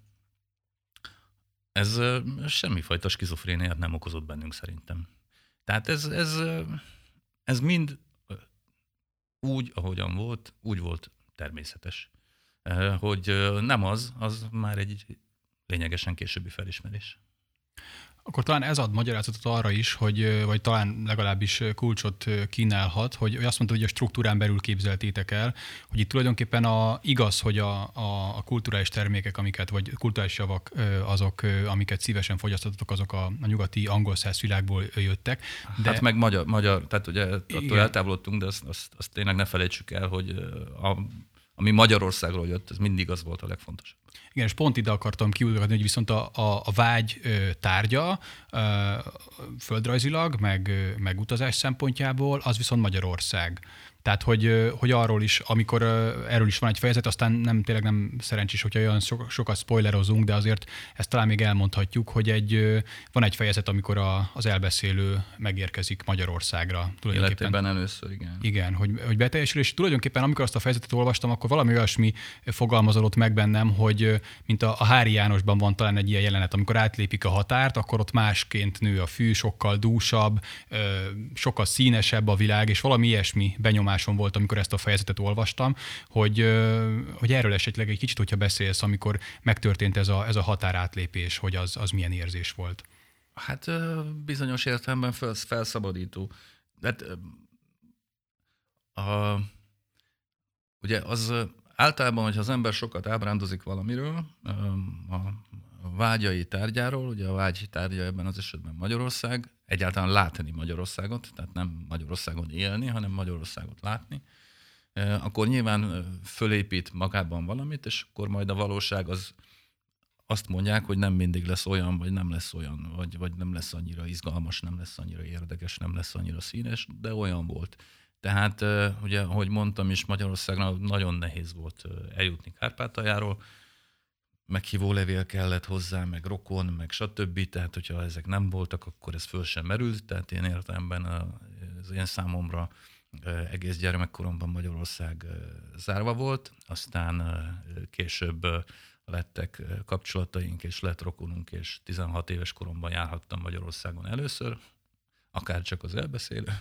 ez semmifajta skizofréniát nem okozott bennünk szerintem. Tehát ez, ez, ez mind úgy, ahogyan volt, úgy volt természetes. Hogy nem az, az már egy lényegesen későbbi felismerés. Akkor talán ez ad magyarázatot arra is, hogy, vagy talán legalábbis kulcsot kínálhat, hogy azt mondta, hogy a struktúrán belül képzeltétek el, hogy itt tulajdonképpen a, igaz, hogy a, a, a kulturális termékek, amiket, vagy kulturális javak, azok, amiket szívesen fogyasztottatok, azok a, a nyugati angol száz világból jöttek. De... Hát meg magyar, magyar tehát ugye attól eltávolodtunk, de azt, azt, azt tényleg ne felejtsük el, hogy a, ami Magyarországról jött, ez mindig az volt a legfontosabb. Igen, és pont ide akartam kiutatni, hogy viszont a, a, a vágy tárgya földrajzilag, meg, meg utazás szempontjából, az viszont Magyarország. Tehát, hogy, hogy arról is, amikor erről is van egy fejezet, aztán nem, tényleg nem szerencsés, hogyha olyan so, sokat spoilerozunk, de azért ezt talán még elmondhatjuk, hogy egy, van egy fejezet, amikor a, az elbeszélő megérkezik Magyarországra. Életében először, igen. Igen, hogy, hogy beteljesül, és tulajdonképpen amikor azt a fejezetet olvastam, akkor valami olyasmi fogalmazódott meg bennem, hogy mint a, a Hári Jánosban van talán egy ilyen jelenet, amikor átlépik a határt, akkor ott másként nő a fű, sokkal dúsabb, sokkal színesebb a világ, és valami ilyesmi benyomás benyomásom volt, amikor ezt a fejezetet olvastam, hogy, hogy erről esetleg egy kicsit, hogyha beszélsz, amikor megtörtént ez a, ez a határátlépés, hogy az, az milyen érzés volt. Hát bizonyos értelemben felszabadító. Hát, a, ugye az általában, hogyha az ember sokat ábrándozik valamiről, a vágyai tárgyáról, ugye a vágy tárgya ebben az esetben Magyarország, egyáltalán látni Magyarországot, tehát nem Magyarországon élni, hanem Magyarországot látni, akkor nyilván fölépít magában valamit, és akkor majd a valóság az azt mondják, hogy nem mindig lesz olyan, vagy nem lesz olyan, vagy, vagy nem lesz annyira izgalmas, nem lesz annyira érdekes, nem lesz annyira színes, de olyan volt. Tehát, ugye, ahogy mondtam is, Magyarországnak nagyon nehéz volt eljutni Kárpátaljáról, meghívó levél kellett hozzá, meg rokon, meg stb. Tehát, hogyha ezek nem voltak, akkor ez föl sem merült. Tehát én értelemben az én számomra egész gyermekkoromban Magyarország zárva volt. Aztán később lettek kapcsolataink, és lett rokonunk, és tizenhat éves koromban járhattam Magyarországon először, akár csak az elbeszélő,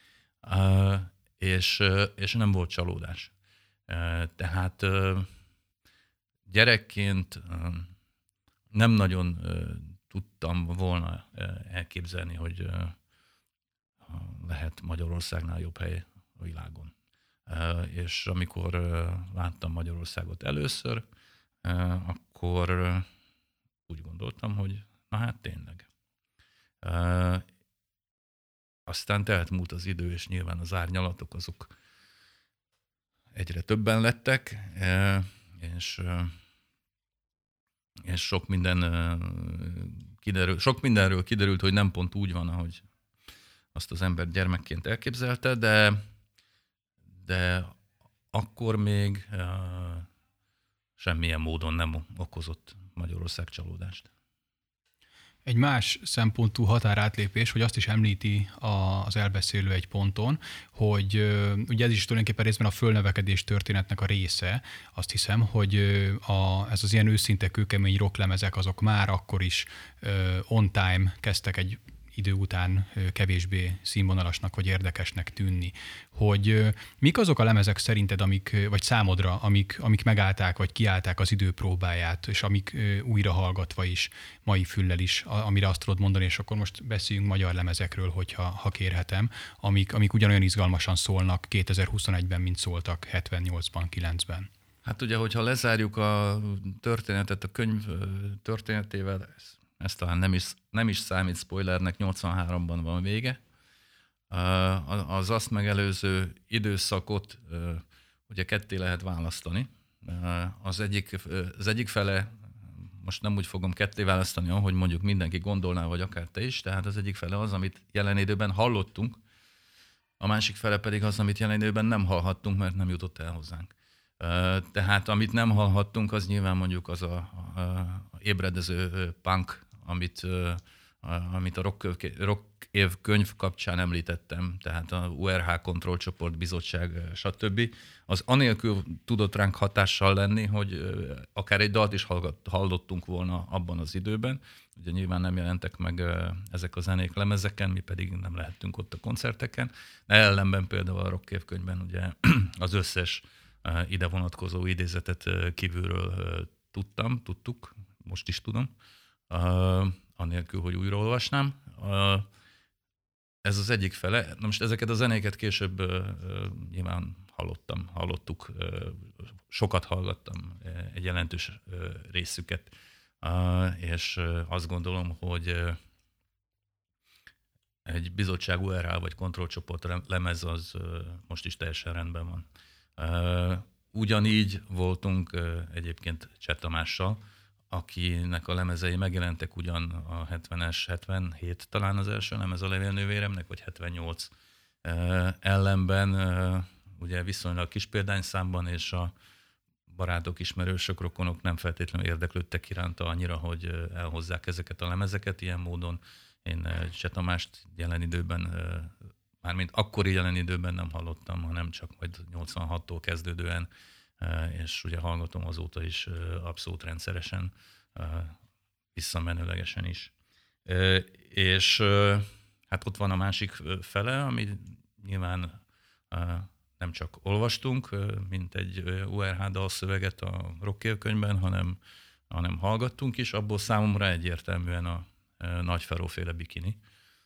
és, és nem volt csalódás. Tehát gyerekként nem nagyon tudtam volna elképzelni, hogy lehet Magyarországnál jobb hely a világon. És amikor láttam Magyarországot először, akkor úgy gondoltam, hogy na hát tényleg. Aztán telt múlt az idő, és nyilván az árnyalatok azok egyre többen lettek, és, és sok, minden kiderül, sok mindenről kiderült, hogy nem pont úgy van, ahogy azt az ember gyermekként elképzelte, de, de akkor még semmilyen módon nem okozott Magyarország csalódást. Egy más szempontú határátlépés, hogy azt is említi az elbeszélő egy ponton, hogy ugye ez is tulajdonképpen részben a fölnövekedés történetnek a része. Azt hiszem, hogy a, ez az ilyen őszinte kőkemény rocklemezek, azok már akkor is on time kezdtek egy idő után kevésbé színvonalasnak vagy érdekesnek tűnni. Hogy mik azok a lemezek szerinted, amik, vagy számodra, amik, amik megállták, vagy kiállták az idő próbáját, és amik újra hallgatva is, mai füllel is, amire azt tudod mondani, és akkor most beszéljünk magyar lemezekről, hogyha ha kérhetem, amik, amik ugyanolyan izgalmasan szólnak kétezer-huszonegyben, mint szóltak hetvennyolcban, kilencben. Hát ugye, hogyha lezárjuk a történetet a könyv történetével, ez talán nem is, nem is számít spoilernek, nyolcvanháromban van vége. Az azt megelőző időszakot ugye ketté lehet választani. Az egyik, az egyik fele, most nem úgy fogom ketté választani, ahogy mondjuk mindenki gondolná, vagy akár te is, tehát az egyik fele az, amit jelen időben hallottunk, a másik fele pedig az, amit jelen időben nem hallhattunk, mert nem jutott el hozzánk. Tehát amit nem hallhattunk, az nyilván mondjuk az a, a, a ébredező punk, amit, a, amit a rock, rock év könyv kapcsán említettem, tehát a u er há kontrollcsoport, bizottság, stb. Az anélkül tudott ránk hatással lenni, hogy akár egy dalt is hallottunk volna abban az időben. Ugye nyilván nem jelentek meg ezek a zenék lemezeken, mi pedig nem lehettünk ott a koncerteken. De ellenben például a rock év könyvben ugye az összes ide vonatkozó idézetet kívülről tudtam, tudtuk, most is tudom, anélkül, hogy újraolvasnám. Ez az egyik fele. Na most ezeket a zenéket később nyilván hallottam, hallottuk, sokat hallgattam, egy jelentős részüket, és azt gondolom, hogy egy bizottság u er há vagy kontrollcsoport lemez az most is teljesen rendben van. Ugyanígy voltunk egyébként Cseh Tamással, akinek a lemezei megjelentek ugyan a hetvenes, hetvenhét talán az első lemez a Levélnővéremnek, vagy hetvennyolc ellenben, ugye viszonylag kis példányszámban, és a barátok, ismerősök, rokonok nem feltétlenül érdeklődtek iránta annyira, hogy elhozzák ezeket a lemezeket. Ilyen módon én Cseh Tamást jelen időben, mármint akkori jelen időben nem hallottam, hanem csak majd nyolcvanhattól kezdődően, és ugye hallgatom azóta is abszolút rendszeresen, visszamenőlegesen is. És hát ott van a másik fele, ami nyilván nem csak olvastunk, mint egy u er há dalszöveget a Rockkill könyvben, hanem, hanem hallgattunk is. Abból számomra egyértelműen a Nagy Feró-féle Bikini.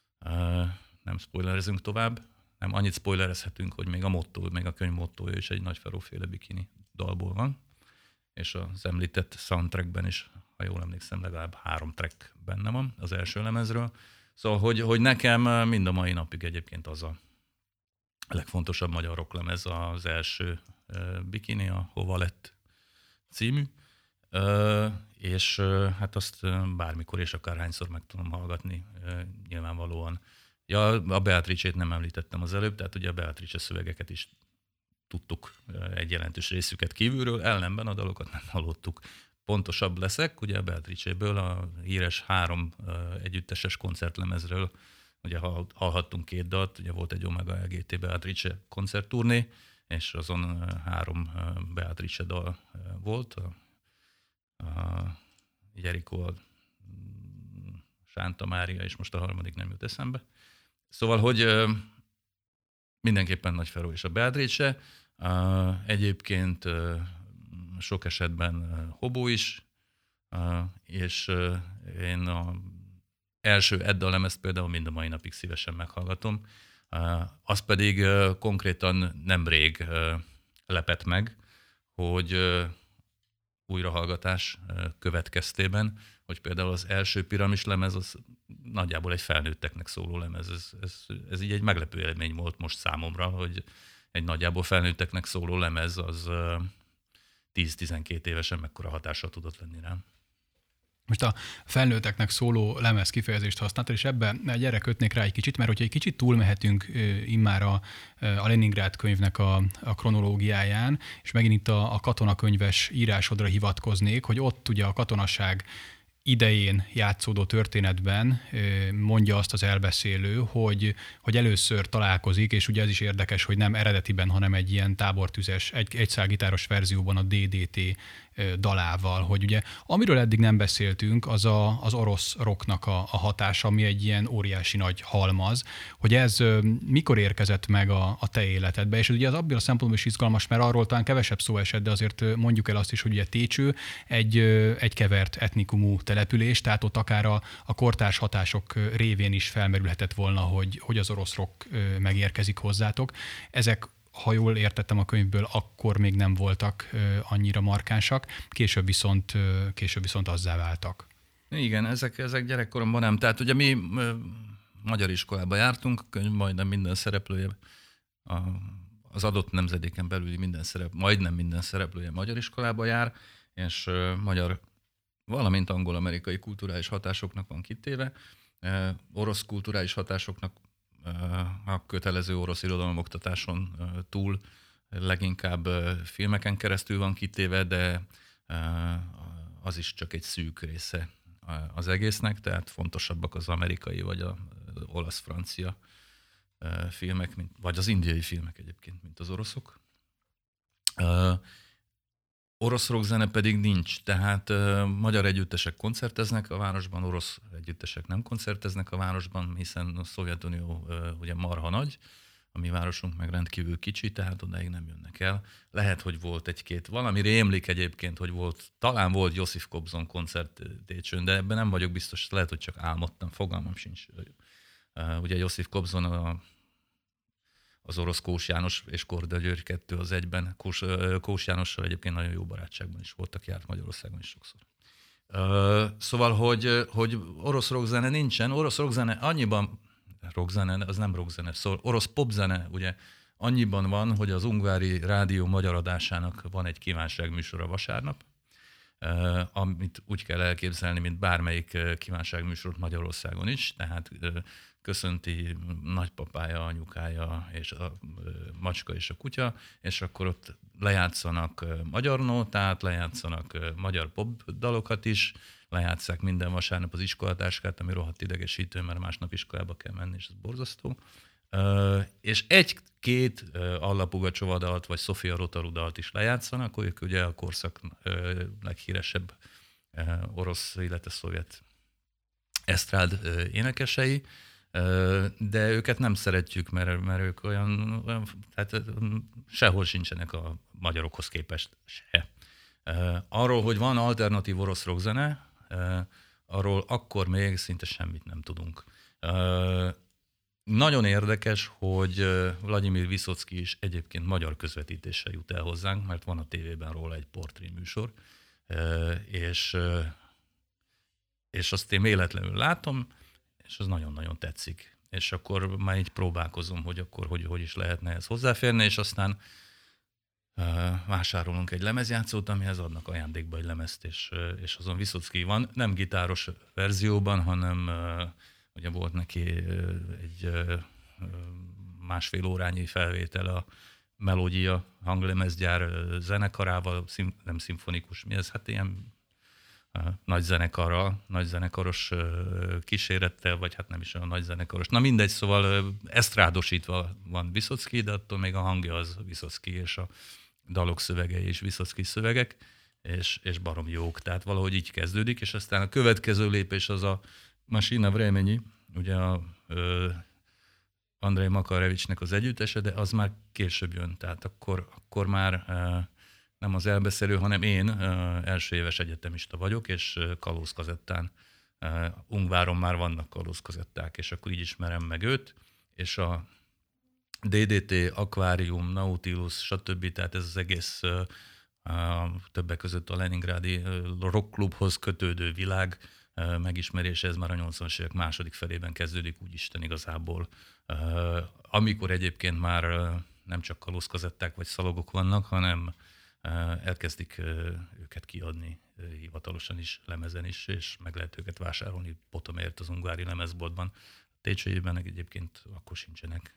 Nem spoilerezünk tovább, nem annyit spoilerezhetünk, hogy még a motto, még a könyv mottója is egy Nagy Feró-féle Bikini dalból van, és az említett soundtrackben is, ha jól emlékszem, legalább három track benne van az első lemezről. Szóval, hogy, hogy nekem mind a mai napig egyébként az a legfontosabb magyar rocklemez az első uh, Bikini, a Hova lett című, uh, és uh, hát azt uh, bármikor és akárhányszor meg tudom hallgatni, uh, nyilvánvalóan. Ja, a Beatrice-t nem említettem az előbb, tehát ugye a Beatrice szövegeket is tudtuk uh, egy jelentős részüket kívülről, ellenben a dalokat nem hallottuk. Pontosabb leszek, ugye a Beatrice-ből a híres három uh, együtteses koncertlemezről, ugye hallhattunk két dalt, ugye volt egy Omega el gé té Beatrice koncertturné, és azon uh, három uh, Beatrice dal uh, volt, a, a Jericho, a Sánta Mária, és most a harmadik nem jut eszembe. Szóval, hogy uh, mindenképpen Nagy Feró és a Beatrice, uh, egyébként uh, sok esetben uh, Hobó is, uh, és uh, én a első Edda lemezt például mind a mai napig szívesen meghallgatom. Uh, az pedig uh, konkrétan nemrég uh, lepett meg, hogy uh, újrahallgatás uh, következtében, hogy például az első Piramis lemez az nagyjából egy felnőtteknek szóló lemez. Ez, ez, ez így egy meglepő élmény volt most számomra, hogy egy nagyjából felnőtteknek szóló lemez az uh, tíz-tizenkét évesen mekkora hatással tudott lenni rám. Most a felnőtteknek szóló lemez kifejezést használtad, és ebbe gyere kötnék rá egy kicsit, mert hogyha egy kicsit túlmehetünk immár a, a Leningrád könyvnek a, a kronológiáján, és megint itt a, a katonakönyves írásodra hivatkoznék, hogy ott ugye a katonaság idején játszódó történetben mondja azt az elbeszélő, hogy, hogy először találkozik, és ugye ez is érdekes, hogy nem eredetiben, hanem egy ilyen tábortüzes, egy, egy szálgitáros verzióban a dé dé té dalával, hogy ugye amiről eddig nem beszéltünk, az a, az orosz rocknak a, a hatása, ami egy ilyen óriási nagy halmaz, hogy ez mikor érkezett meg a, a te életedbe, és ugye az abból a szempontból is izgalmas, mert arról talán kevesebb szó esett, de azért mondjuk el azt is, hogy ugye Técső egy, egy kevert etnikumú település, tehát ott akár a, a kortárs hatások révén is felmerülhetett volna, hogy, hogy az orosz rock megérkezik hozzátok. Ezek, ha jól értettem a könyvből, akkor még nem voltak annyira markánsak, később viszont, később viszont azzá váltak. Igen, ezek, ezek gyerekkoromban nem. Tehát ugye mi magyar iskolába jártunk, a könyv majdnem minden szereplője, a, az adott nemzedéken belüli minden szerep, majdnem minden szereplője magyar iskolába jár, és magyar, valamint angol-amerikai kulturális hatásoknak van kitéve, orosz kulturális hatásoknak a kötelező orosz irodalomoktatáson túl leginkább filmeken keresztül van kitéve, de az is csak egy szűk része az egésznek, tehát fontosabbak az amerikai vagy az olasz-francia filmek, mint, vagy az indiai filmek egyébként, mint az oroszok. Orosz rockzene pedig nincs, tehát uh, magyar együttesek koncerteznek a városban, orosz együttesek nem koncerteznek a városban, hiszen a Szovjetunió uh, ugye marha nagy, a mi városunk meg rendkívül kicsi, tehát odáig nem jönnek el. Lehet, hogy volt egy-két, valami rémlik egyébként, hogy volt, talán volt Josif Kobzon koncert Técsőn, de ebben nem vagyok biztos, lehet, hogy csak álmodtam, fogalmam sincs. Uh, ugye Josif Kobzon a az orosz Kós János és Korda György kettő az egyben. Kós, Kós Jánossal egyébként nagyon jó barátságban is voltak, járt Magyarországon is sokszor. Szóval, hogy, hogy orosz rockzene nincsen. Orosz rockzene annyiban, rockzene, az nem rockzene, szóval orosz popzene ugye annyiban van, hogy az Ungvári Rádió magyar adásának van egy kívánságműsora vasárnap, amit úgy kell elképzelni, mint bármelyik kívánságműsorot Magyarországon is, tehát köszönti nagypapája, anyukája, és a macska és a kutya, és akkor ott lejátszanak magyar nótát, lejátszanak magyar pop dalokat is, lejátsszák minden vasárnap az iskolatáskát, ami rohadt idegesítő, mert másnap iskolába kell menni, és ez borzasztó. És egy-két Alla Pugacsova dalt, vagy Sofia Rotaru dalt is lejátszanak, ők ugye a korszak leghíresebb orosz, illetve szovjet esztrád énekesei. De őket nem szeretjük, mert, mert ők olyan, olyan, tehát sehol sincsenek a magyarokhoz képest se. Arról, hogy van alternatív orosz rockzene, arról akkor még szinte semmit nem tudunk. Nagyon érdekes, hogy Vladimir Viszocki is egyébként magyar közvetítéssel jut el hozzánk, mert van a tévében róla egy portré műsor, és, és azt én véletlenül látom, és az nagyon-nagyon tetszik. És akkor már így próbálkozom, hogy akkor hogy, hogy is lehetne ez hozzáférni, és aztán vásárolunk egy lemezjátszót, amihez adnak ajándékba egy lemezt, és, és azon Viszocki van, nem gitáros verzióban, hanem ugye volt neki egy másfél órányi felvétel a Melódia hanglemezgyár zenekarával, nem szimfonikus, mi ez? Hát ilyen nagy zenekarral, nagy zenekaros kísérettel, vagy hát nem is olyan nagy zenekaros. Na mindegy, szóval esztrádosítva van Viszocki, de attól még a hangja az Viszocki, és a dalok szövegei is Viszocki szövegek, és, és barom jók. Tehát valahogy így kezdődik, és aztán a következő lépés az a Machina Vremeni, ugye a ö, Andrei Makarevicsnek az együttese, de az már később jön, tehát akkor, akkor már ö, nem az elbeszélő, hanem én ö, első éves egyetemista vagyok, és ö, kalózkazettán, ö, Ungváron már vannak kalózkazetták, és akkor így ismerem meg őt, és a dé dé té, Aquarium, Nautilus, stb. Tehát ez az egész ö, ö, többek között a Leningrádi rockklubhoz kötődő világ megismerése, ez már a nyolcvanas évek második felében kezdődik, úgy Isten igazából. Amikor egyébként már nem csak kalózkazetták vagy szalagok vannak, hanem elkezdik őket kiadni hivatalosan is, lemezen is, és meg lehet őket vásárolni potomért az ungvári lemezboltban. Técsőjében egyébként akkor sincsenek.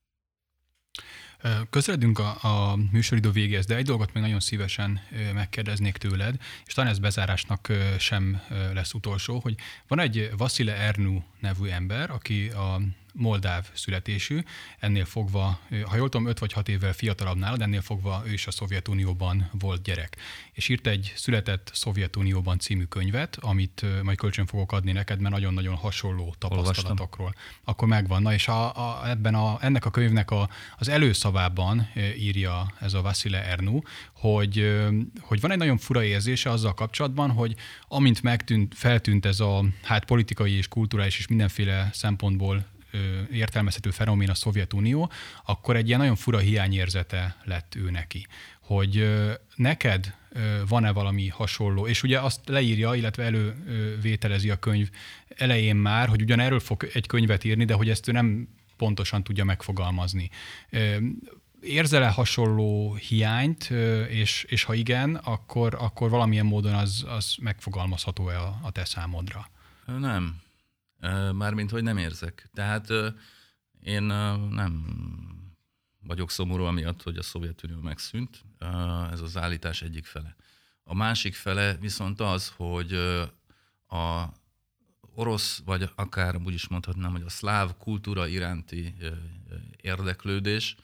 Közeledünk a, a műsoridő végéhez, de egy dolgot még nagyon szívesen megkérdeznék tőled, és talán ez bezárásnak sem lesz utolsó, hogy van egy Vasile Ernu nevű ember, aki a moldáv születésű, ennél fogva, ha jól tudom, öt vagy hat évvel fiatalabb nálad, ennél fogva ő is a Szovjetunióban volt gyerek. És írt egy Született Szovjetunióban című könyvet, amit majd kölcsön fogok adni neked, mert nagyon-nagyon hasonló tapasztalatokról. Olvastam. Akkor megvan. Na és a, a, ebben a, ennek a könyvnek a, az előszavában írja ez a Vasile Ernu, hogy, hogy van egy nagyon fura érzése azzal kapcsolatban, hogy amint megtűnt, feltűnt ez a hát politikai és kulturális és mindenféle szempontból értelmezhető fenomén a Szovjetunió, akkor egy ilyen nagyon fura hiányérzete lett ő neki. Hogy neked van-e valami hasonló, és ugye azt leírja, illetve elővételezi a könyv elején már, hogy ugyan erről fog egy könyvet írni, de hogy ezt ő nem pontosan tudja megfogalmazni. Érzel-e hasonló hiányt, és, és ha igen, akkor, akkor valamilyen módon az, az megfogalmazható-e a, a te számodra? Nem. Mármint, hogy nem érzek. Tehát én nem vagyok szomorú amiatt, hogy a Szovjetunió megszűnt. Ez az állítás egyik fele. A másik fele viszont az, hogy a orosz, vagy akár úgy is mondhatnám, hogy a szláv kultúra iránti érdeklődés,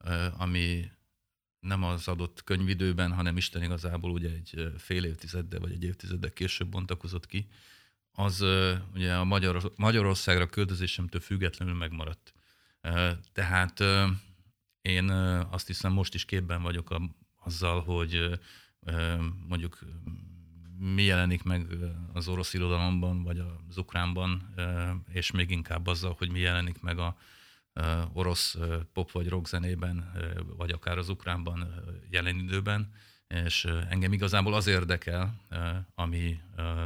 ami nem az adott könyvidőben, hanem Isten igazából ugye egy fél évtizeddel vagy egy évtizeddel később bontakozott ki, az ugye a Magyar, Magyarországra költözésemtől függetlenül megmaradt. Tehát én azt hiszem most is képben vagyok a, azzal, hogy mondjuk mi jelenik meg az orosz irodalomban, vagy az ukránban, és még inkább azzal, hogy mi jelenik meg a orosz pop vagy rock zenében, vagy akár az ukránban jelen időben, és engem igazából az érdekel, ami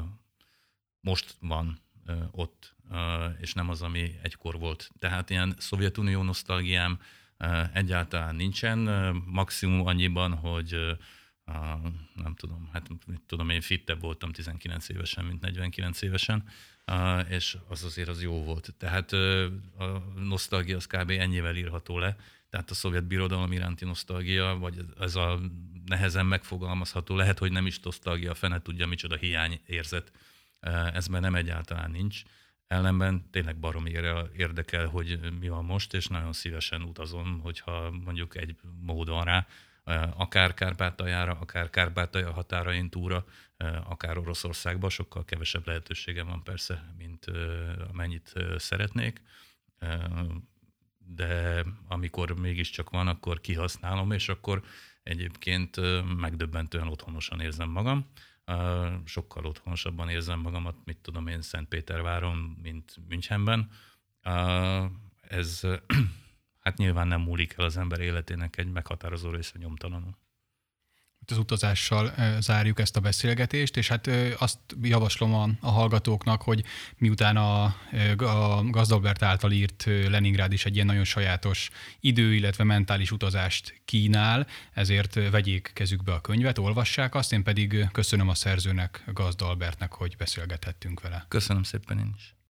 most van ö, ott, ö, és nem az, ami egykor volt. Tehát ilyen Szovjetunió nosztalgiám ö, egyáltalán nincsen, ö, maximum annyiban, hogy ö, ö, nem tudom, hát mit tudom, én fittebb voltam tizenkilenc évesen, mint negyvenkilenc évesen, ö, és az azért az jó volt. Tehát ö, a nosztalgia az kb. Ennyivel írható le, tehát a szovjet birodalom iránti nosztalgia, vagy ez a nehezen megfogalmazható, lehet, hogy nem is nosztalgia, fene tudja, micsoda hiány érzet. Ezben nem egyáltalán nincs. Ellenben tényleg baromira érdekel, hogy mi van most, és nagyon szívesen utazom, hogyha mondjuk egy mód van rá, akár Kárpátaljára, akár Kárpátalja határain túlra, akár Oroszországba, sokkal kevesebb lehetőségem van persze, mint amennyit szeretnék. de amikor mégiscsak van, akkor kihasználom, és akkor egyébként megdöbbentően otthonosan érzem magam. Sokkal otthonosabban érzem magamat, mit tudom én, Szentpéterváron, mint Münchenben. Ez hát nyilván nem múlik el az ember életének egy meghatározó része nyomtalanul. Az utazással zárjuk ezt a beszélgetést, és hát azt javaslom a, a hallgatóknak, hogy miután a, a Gazdalbert által írt Leningrád is egy ilyen nagyon sajátos idő, illetve mentális utazást kínál, ezért vegyék kezükbe a könyvet, olvassák azt, én pedig köszönöm a szerzőnek, Gazdalbertnek, hogy beszélgethettünk vele. Köszönöm szépen én is.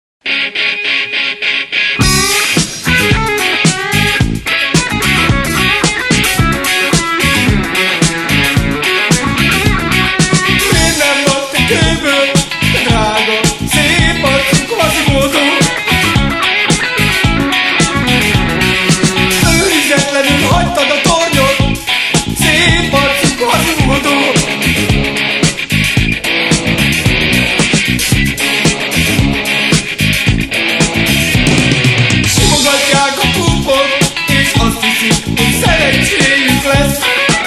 Kőből, drága, szép arcú Quasimodo. Őrizetlenül hagytad a tornyot, szép arcú Quasimodo. Simogatják a púpot, és azt hiszik, hogy szerencséjük lesz.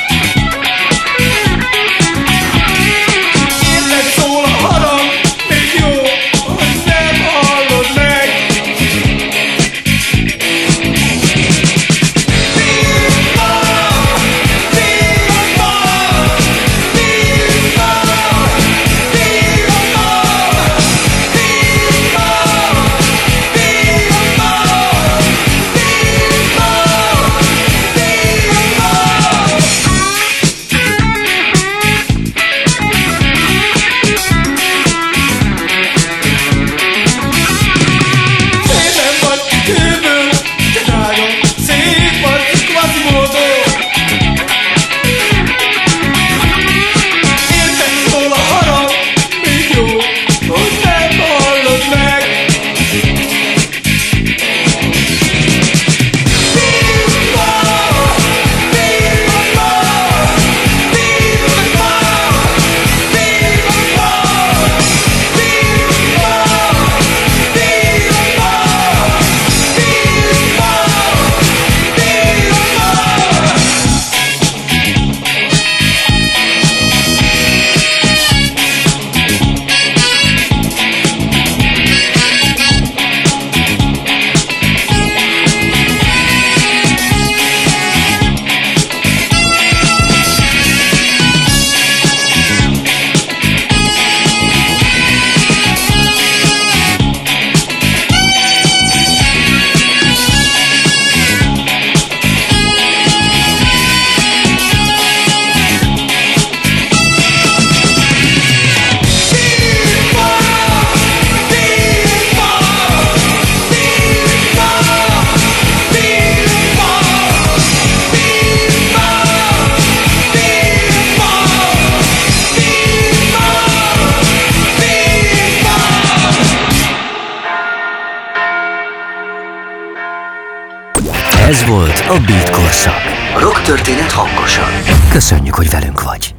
Ez volt a Beat korszak. Rock történet hangosan. Köszönjük, hogy velünk vagy.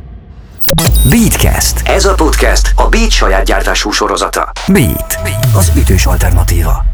Beatcast. Ez a podcast a Beat saját gyártású sorozata. Beat, az ütős alternatíva.